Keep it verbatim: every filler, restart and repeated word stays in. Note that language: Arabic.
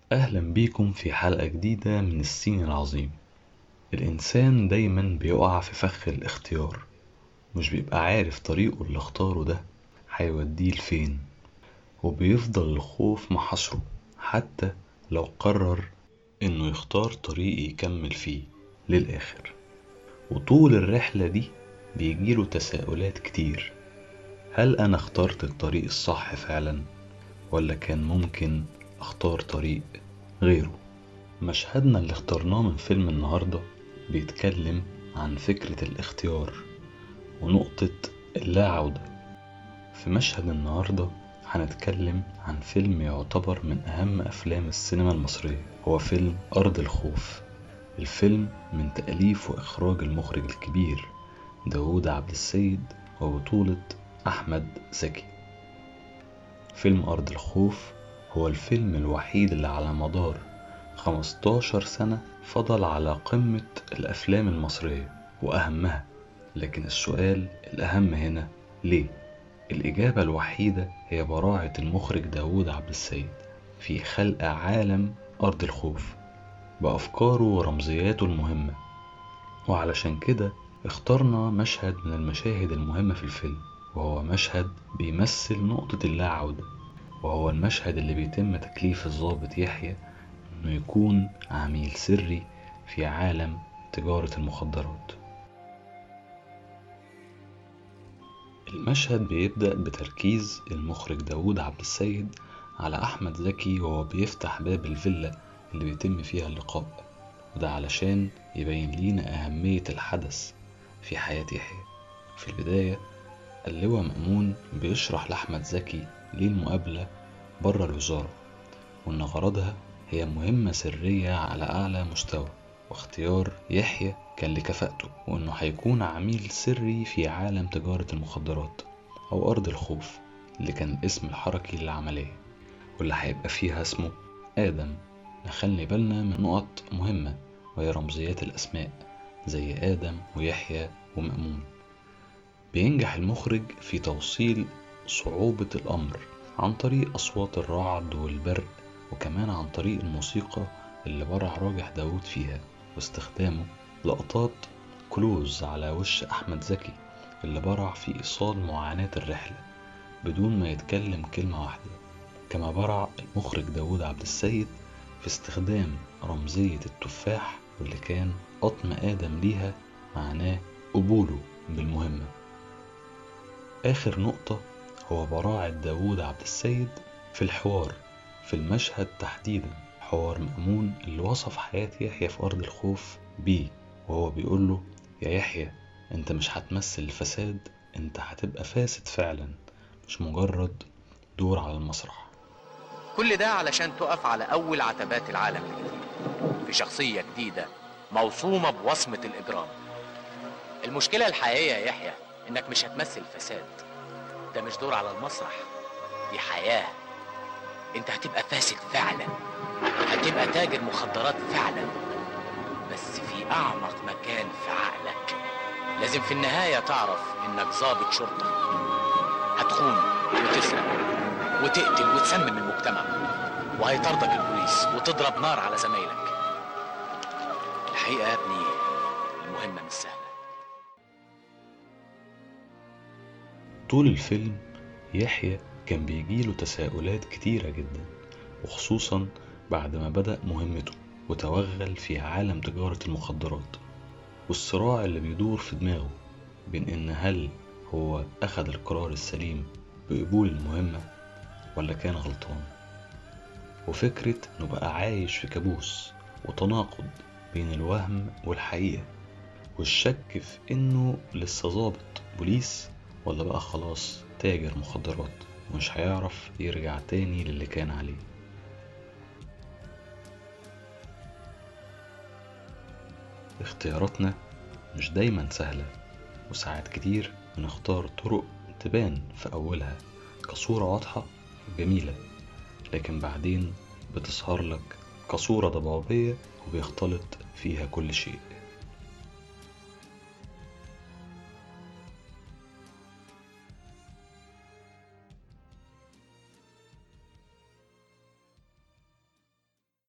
أهلا بيكم في حلقة جديدة من الصين العظيم. الإنسان دايما بيقع في فخ الاختيار، مش بيبقى عارف طريقه اللي اختاره ده هيوديه لفين، وبيفضل الخوف محاصره حتى لو قرر إنه يختار طريق يكمل فيه للآخر. وطول الرحلة دي بيجيله تساؤلات كتير: هل أنا اخترت الطريق الصح فعلا، ولا كان ممكن أختار طريق غيره؟ مشهدنا اللي اخترناه من فيلم النهاردة بيتكلم عن فكرة الاختيار ونقطة اللا عودة. في مشهد النهاردة هنتكلم عن فيلم يعتبر من أهم أفلام السينما المصرية، هو فيلم أرض الخوف. الفيلم من تأليف وإخراج المخرج الكبير داوود عبد السيد وبطولة أحمد زكي. فيلم أرض الخوف هو الفيلم الوحيد اللي على مدار خمستاشر سنة فضل على قمة الأفلام المصرية وأهمها. لكن السؤال الأهم هنا ليه؟ الإجابة الوحيدة هي براعة المخرج داوود عبد السيد في خلق عالم أرض الخوف بأفكاره ورمزياته المهمة. وعلشان كده اخترنا مشهد من المشاهد المهمة في الفيلم، وهو مشهد بيمثل نقطة اللا عودة، وهو المشهد اللي بيتم تكليف الضابط يحيى انه يكون عميل سري في عالم تجارة المخدرات. المشهد بيبدأ بتركيز المخرج داوود عبد السيد على أحمد زكي وهو بيفتح باب الفيلا اللي بيتم فيها اللقاء، وده علشان يبين لينا أهمية الحدث في حياة يحيى. في البداية اللواء مأمون بيشرح لأحمد زكي ليه المقابلة بره الوزارة، وإن غرضها هي مهمة سرية على أعلى مستوى، واختيار يحيى كان لكفاءته، وإنه هيكون عميل سري في عالم تجارة المخدرات أو أرض الخوف اللي كان الاسم الحركي للعملية، واللي هيبقى فيها اسمه آدم. نخلي بالنا من نقط مهمة وهي رمزيات الأسماء زي آدم ويحيى ومأمون. بينجح المخرج في توصيل صعوبة الأمر عن طريق أصوات الرعد والبرق، وكمان عن طريق الموسيقى اللي برع راجح داوود فيها، واستخدامه لقطات كلوز على وش أحمد زكي اللي برع في إيصال معاناة الرحلة بدون ما يتكلم كلمة واحدة. كما برع المخرج داوود عبد السيد في استخدام رمزية التفاح، واللي كان قطم آدم ليها معناه قبوله بالمهمة. آخر نقطة هو براعة داوود عبد السيد في الحوار في المشهد تحديدا، حوار مأمون اللي وصف حياة يحيى في أرض الخوف بيه، وهو بيقوله: يا يحيى، انت مش هتمثل الفساد، انت هتبقى فاسد فعلا، مش مجرد دور على المسرح. كل ده علشان تقف على أول عتبات العالم الجديد في شخصية جديدة موصومة بوصمة الإجرام. المشكلة الحقيقية يا يحيى إنك مش هتمثل فساد، ده مش دور على المسرح، دي حياة. انت هتبقى فاسد فعلا، هتبقى تاجر مخدرات فعلا، بس في أعمق مكان في عقلك. لازم في النهاية تعرف إنك ضابط شرطة، هتخون وتسرق وتقتل وتسمم المجتمع، وهيطاردك البوليس وتضرب نار على زمايلك. الحقيقة يا ابني المهمة مش سهلة. طول الفيلم يحيى كان بيجيله تساؤلات كتيرة جدا، وخصوصا بعد ما بدأ مهمته وتوغل في عالم تجارة المخدرات، والصراع اللي بيدور في دماغه بين إن هل هو أخذ القرار السليم بقبول المهمة ولا كان غلطان، وفكرة إنه بقى عايش في كابوس وتناقض بين الوهم والحقيقة، والشك في إنه لسه ضابط بوليس ولا بقى خلاص تاجر مخدرات ومش هيعرف يرجع تاني للي كان عليه. اختياراتنا مش دايما سهلة، وساعات كتير بنختار طرق تبان في أولها كصورة واضحة وجميلة، لكن بعدين بتظهر لك كصورة ضبابية وبيختلط فيها كل شيء.